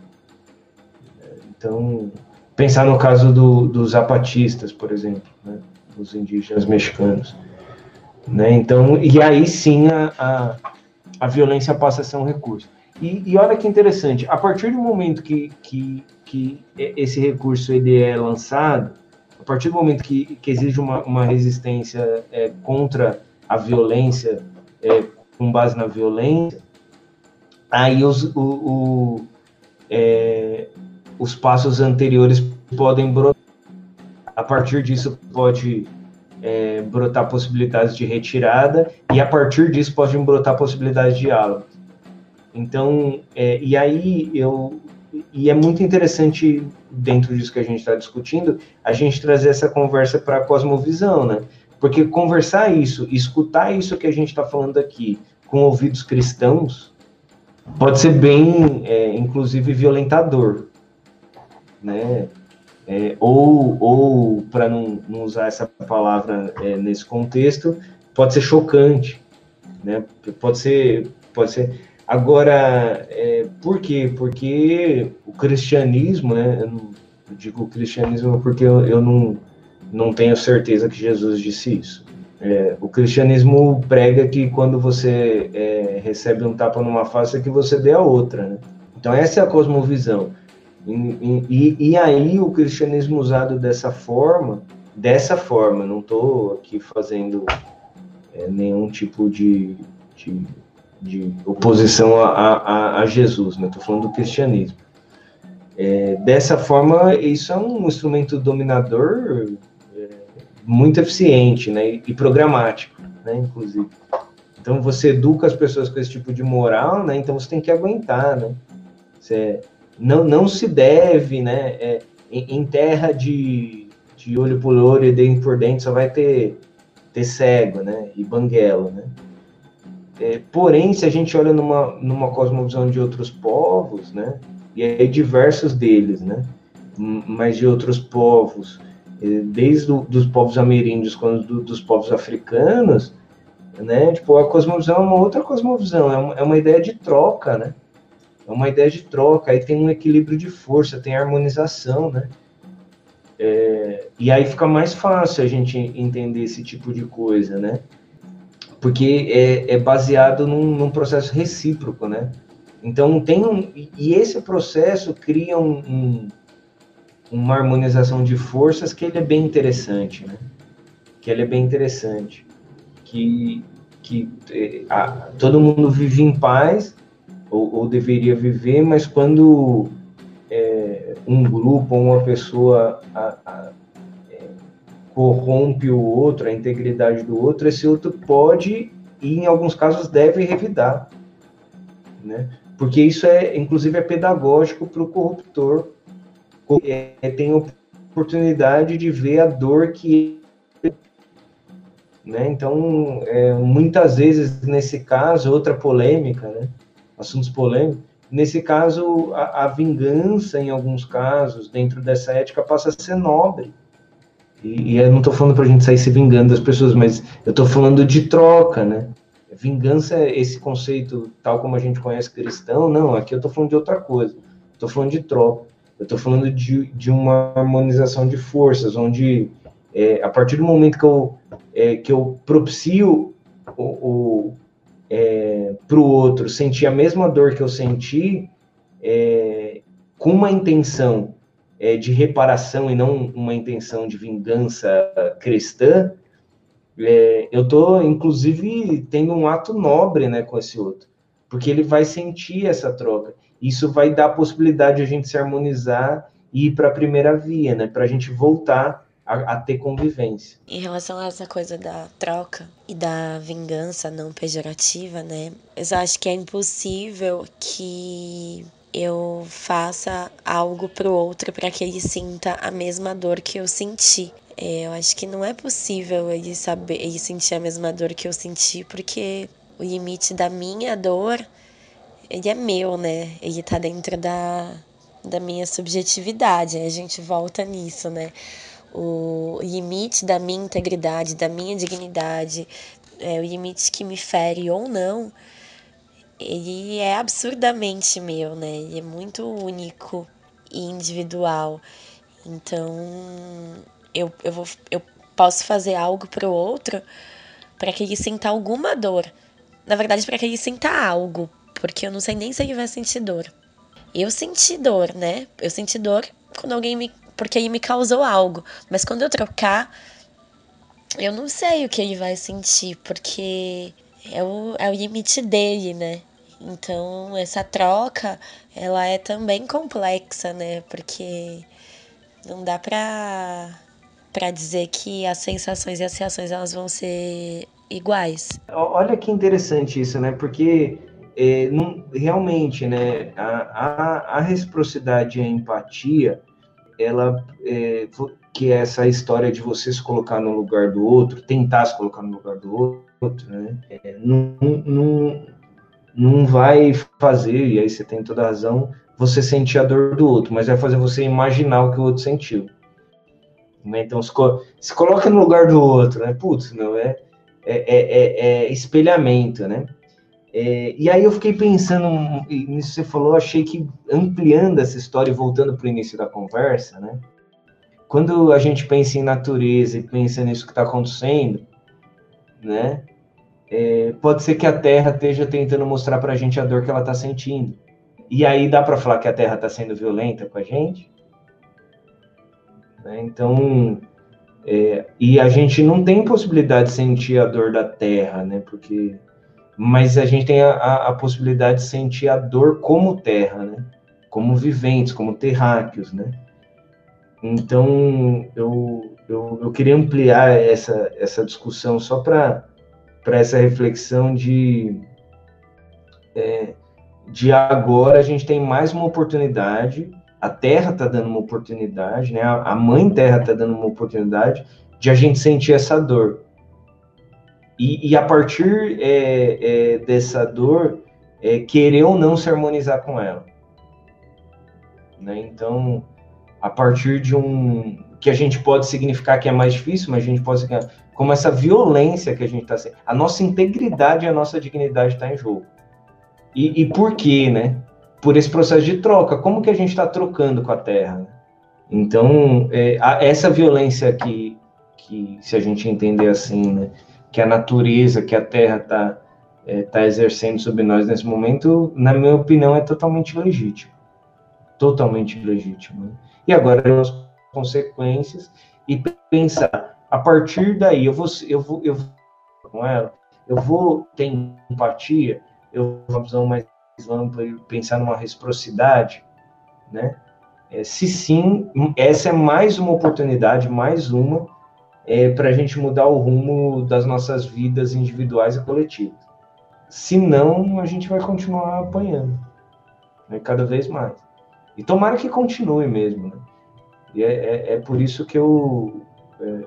Então, pensar no caso do, dos zapatistas, por exemplo, né? Os indígenas mexicanos. Né? Então, e aí sim a, a, a violência passa a ser um recurso. E, e olha que interessante, a partir do momento que, que, que esse recurso ele é lançado, a partir do momento que, que exige uma, uma resistência é, contra a violência, é, com base na violência, aí os, o, o, é, os passos anteriores podem brotar. A partir disso pode é, brotar possibilidades de retirada e a partir disso pode brotar possibilidades de diálogo. Então, é, e aí eu... E é muito interessante, dentro disso que a gente está discutindo, a gente trazer essa conversa para a cosmovisão, né? Porque conversar isso, escutar isso que a gente está falando aqui com ouvidos cristãos, pode ser bem, é, inclusive, violentador, né? É, ou, ou para não, não usar essa palavra é, nesse contexto, pode ser chocante, né? Pode ser, pode ser. Agora, é, por quê? Porque o cristianismo, né? Eu, não, eu digo cristianismo porque eu, eu não, não tenho certeza que Jesus disse isso. É, o cristianismo prega que quando você é, recebe um tapa numa face é que você dê a outra, né? Então essa é a cosmovisão. E, e, e aí o cristianismo usado dessa forma, dessa forma, não estou aqui fazendo é, nenhum tipo de, de, de oposição a, a, a Jesus, né? Estou falando do cristianismo. É, dessa forma, isso é um instrumento dominador é, muito eficiente, né? E programático, né? Inclusive. Então você educa as pessoas com esse tipo de moral, né? Então você tem que aguentar, né? Você não, não se deve, né? É, em, em terra de, de olho por olho e dente por dente só vai ter, ter cego, né? E banguelo, né? É, porém, se a gente olha numa, numa cosmovisão de outros povos, né? E aí diversos deles, né? Mas de outros povos, desde do, dos povos ameríndios quanto do, dos povos africanos, né? Tipo, a cosmovisão é uma outra cosmovisão, é uma, é uma ideia de troca, né? É uma ideia de troca, aí tem um equilíbrio de força, tem harmonização, né? É, e aí fica mais fácil a gente entender esse tipo de coisa, né? Porque é, é baseado num, num processo recíproco, né? Então tem um... E esse processo cria um, um, uma harmonização de forças que ele é bem interessante, né? Que ele é bem interessante. Que, que a, todo mundo vive em paz, ou, ou deveria viver, mas quando é, um grupo ou uma pessoa a, a, é, corrompe o outro, a integridade do outro, esse outro pode, e em alguns casos deve revidar, né? Porque isso é, inclusive, é pedagógico para o corruptor, é, tem oportunidade de ver a dor que né? Então, é, muitas vezes, nesse caso, outra polêmica, né? Assuntos polêmicos, nesse caso, a, a vingança, em alguns casos, dentro dessa ética, passa a ser nobre. E, e eu não estou falando para a gente sair se vingando das pessoas, mas eu estou falando de troca, né? Vingança, esse conceito, tal como a gente conhece cristão, não, aqui eu estou falando de outra coisa. Estou falando de troca. Eu estou falando de, de uma harmonização de forças, onde, é, a partir do momento que eu É, que eu propicio o, o, é, para o outro sentir a mesma dor que eu senti, é, com uma intenção é, de reparação e não uma intenção de vingança cristã, é, eu estou, inclusive, tendo um ato nobre, né, com esse outro, porque ele vai sentir essa troca. Isso vai dar a possibilidade de a gente se harmonizar e ir para a primeira via, né, para a gente voltar A, a ter convivência. Em relação a essa coisa da troca e da vingança não pejorativa, né? Eu acho que é impossível que eu faça algo pro outro para que ele sinta a mesma dor que eu senti. É, eu acho que não é possível ele saber, ele sentir a mesma dor que eu senti, porque o limite da minha dor, ele é meu, né? Ele tá dentro da, da minha subjetividade. A gente volta nisso, né? O limite da minha integridade, da minha dignidade, é, o limite que me fere ou não, ele é absurdamente meu, né? Ele é muito único e individual. Então, eu, eu, vou, eu posso fazer algo pro outro para que ele sinta alguma dor. Na verdade, para que ele sinta algo, porque eu não sei nem se ele vai sentir dor. Eu senti dor, né? Eu senti dor quando alguém me... porque ele me causou algo. Mas quando eu trocar, eu não sei o que ele vai sentir, porque é o, é o limite dele, né? Então, essa troca, ela é também complexa, né? Porque não dá pra, pra dizer que as sensações e as reações, elas vão ser iguais. Olha que interessante isso, né? Porque é, não, realmente, né, a, a, a reciprocidade e a empatia, ela, é, que é essa história de você se colocar no lugar do outro, tentar se colocar no lugar do outro, né, é, não, não, não vai fazer, e aí você tem toda a razão, você sentir a dor do outro, mas vai fazer você imaginar o que o outro sentiu. Né? Então, se, se coloca no lugar do outro, né? Putz, não, é, é, é, é espelhamento, né? É, e aí eu fiquei pensando nisso que você falou, achei que ampliando essa história e voltando para o início da conversa, né? Quando a gente pensa em natureza e pensa nisso que está acontecendo, né? É, pode ser que a Terra esteja tentando mostrar para a gente a dor que ela está sentindo. E aí dá para falar que a Terra está sendo violenta com a gente? Né? Então, é, e a gente não tem possibilidade de sentir a dor da Terra, né? Porque, mas a gente tem a, a, a possibilidade de sentir a dor como Terra, né? Como viventes, como terráqueos, né? Então, eu, eu, eu queria ampliar essa, essa discussão só para para essa reflexão de, é, de agora a gente tem mais uma oportunidade, a Terra está dando uma oportunidade, né? a, a Mãe Terra está dando uma oportunidade de a gente sentir essa dor. E, e a partir é, é, dessa dor, é, querer ou não se harmonizar com ela. Né? Então, a partir de um... que a gente pode significar que é mais difícil, mas a gente pode significar como essa violência que a gente está sendo. A nossa integridade e a nossa dignidade está em jogo. E, e por quê, né? Por esse processo de troca. Como que a gente está trocando com a Terra? Né? Então, é, a, essa violência que, que, se a gente entender assim, né? Que a natureza, que a Terra está é, tá exercendo sobre nós nesse momento, na minha opinião, é totalmente legítimo. Totalmente legítimo. Né? E agora, as consequências e pensar, a partir daí, eu vou, eu vou, eu vou com ela, eu vou ter empatia, eu vou uma visão mais ampla e pensar numa reciprocidade, né? É, se sim, essa é mais uma oportunidade, mais uma, é, para a gente mudar o rumo das nossas vidas individuais e coletivas. Se não, a gente vai continuar apanhando, né? Cada vez mais. E tomara que continue mesmo, né? E é, é, é por isso que eu, é,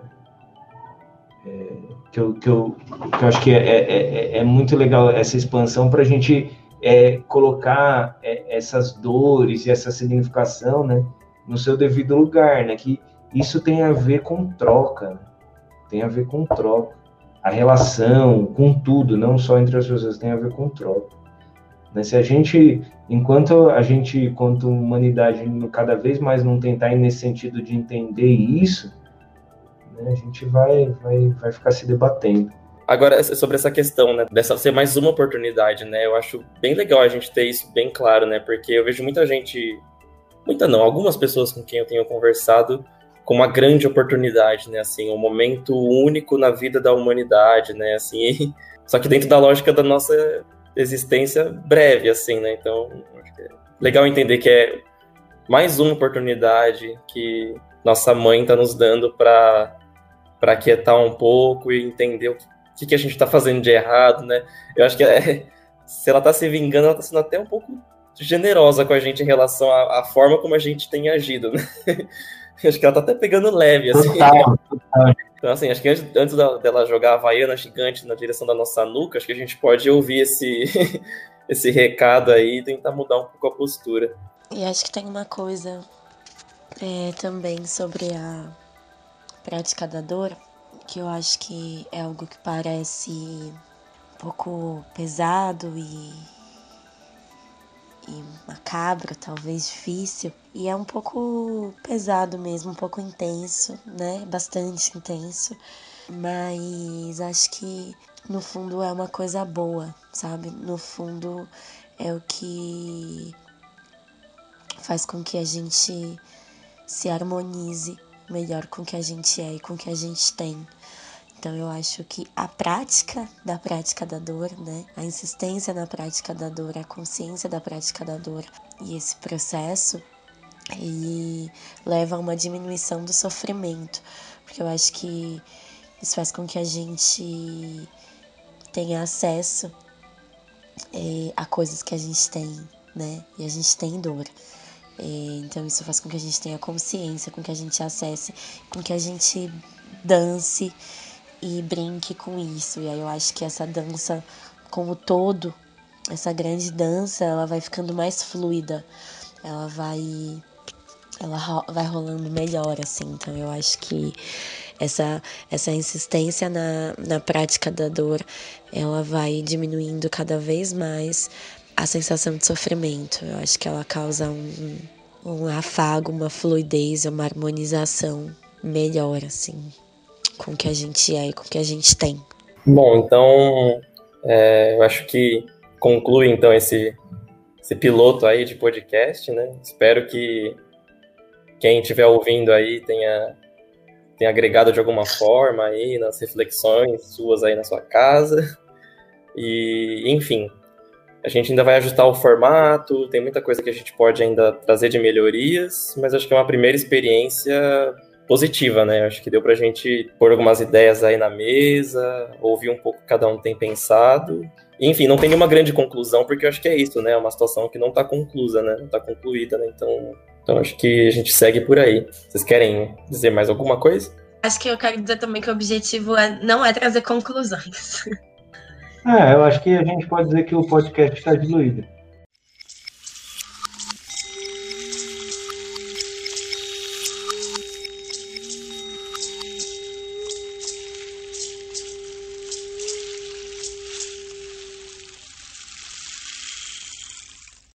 é, que eu, que eu, que eu acho que é, é, é muito legal essa expansão para a gente é, colocar essas dores e essa significação, né, no seu devido lugar, né? Que isso tem a ver com troca, né? Tem a ver com troca. A relação com tudo, não só entre as pessoas, tem a ver com troca. Se a gente, enquanto a gente, enquanto humanidade, cada vez mais não tentar ir nesse sentido de entender isso, né, a gente vai, vai, vai ficar se debatendo. Agora, sobre essa questão, né, dessa ser mais uma oportunidade, né, eu acho bem legal a gente ter isso bem claro, né, porque eu vejo muita gente, muita não, algumas pessoas com quem eu tenho conversado, com uma grande oportunidade, né, assim, um momento único na vida da humanidade, né, assim, só que dentro da lógica da nossa existência breve, assim, né? Então, acho que é legal entender que é mais uma oportunidade que nossa mãe está nos dando para para aquietar um pouco e entender o que, que a gente está fazendo de errado, né? Eu acho que é, se ela está se vingando, ela está sendo até um pouco generosa com a gente em relação à, à forma como a gente tem agido, né? Acho que ela tá até pegando leve, assim. Total, total. Então, assim, acho que antes, antes dela jogar a Havaiana gigante na direção da nossa nuca, acho que a gente pode ouvir esse, esse recado aí e tentar mudar um pouco a postura. E acho que tem uma coisa é, também sobre a prática da dor, que eu acho que é algo que parece um pouco pesado e, e macabro, talvez difícil. E é um pouco pesado mesmo, um pouco intenso, né? Bastante intenso. Mas acho que no fundo é uma coisa boa, sabe? No fundo é o que faz com que a gente se harmonize melhor com o que a gente é e com o que a gente tem. Então eu acho que a prática da prática da dor, né? A insistência na prática da dor, a consciência da prática da dor e esse processo, ele leva a uma diminuição do sofrimento, porque eu acho que isso faz com que a gente tenha acesso é, a coisas que a gente tem, né? E a gente tem dor. É, então isso faz com que a gente tenha consciência, com que a gente acesse, com que a gente dance e brinque com isso. E aí eu acho que essa dança como todo, essa grande dança, ela vai ficando mais fluida, ela vai ela vai rolando melhor, assim. Então eu acho que essa, essa insistência na, na prática da dor, ela vai diminuindo cada vez mais a sensação de sofrimento. Eu acho que ela causa um, um afago, uma fluidez, uma harmonização melhor, assim, com o que a gente é e com o que a gente tem. Bom, então, é, eu acho que conclui, então, esse, esse piloto aí de podcast, né? Espero que quem estiver ouvindo aí tenha, tenha agregado de alguma forma aí nas reflexões suas aí na sua casa. E, enfim, a gente ainda vai ajustar o formato, tem muita coisa que a gente pode ainda trazer de melhorias, mas acho que é uma primeira experiência positiva, né? Acho que deu pra gente pôr algumas ideias aí na mesa, ouvir um pouco o que cada um tem pensado. Enfim, não tem nenhuma grande conclusão, porque eu acho que é isso, né? É uma situação que não tá conclusa, né? Não tá concluída, né? Então, então acho que a gente segue por aí. Vocês querem dizer mais alguma coisa? Acho que eu quero dizer também que o objetivo é, não é trazer conclusões. É, eu acho que a gente pode dizer que o podcast está diluído.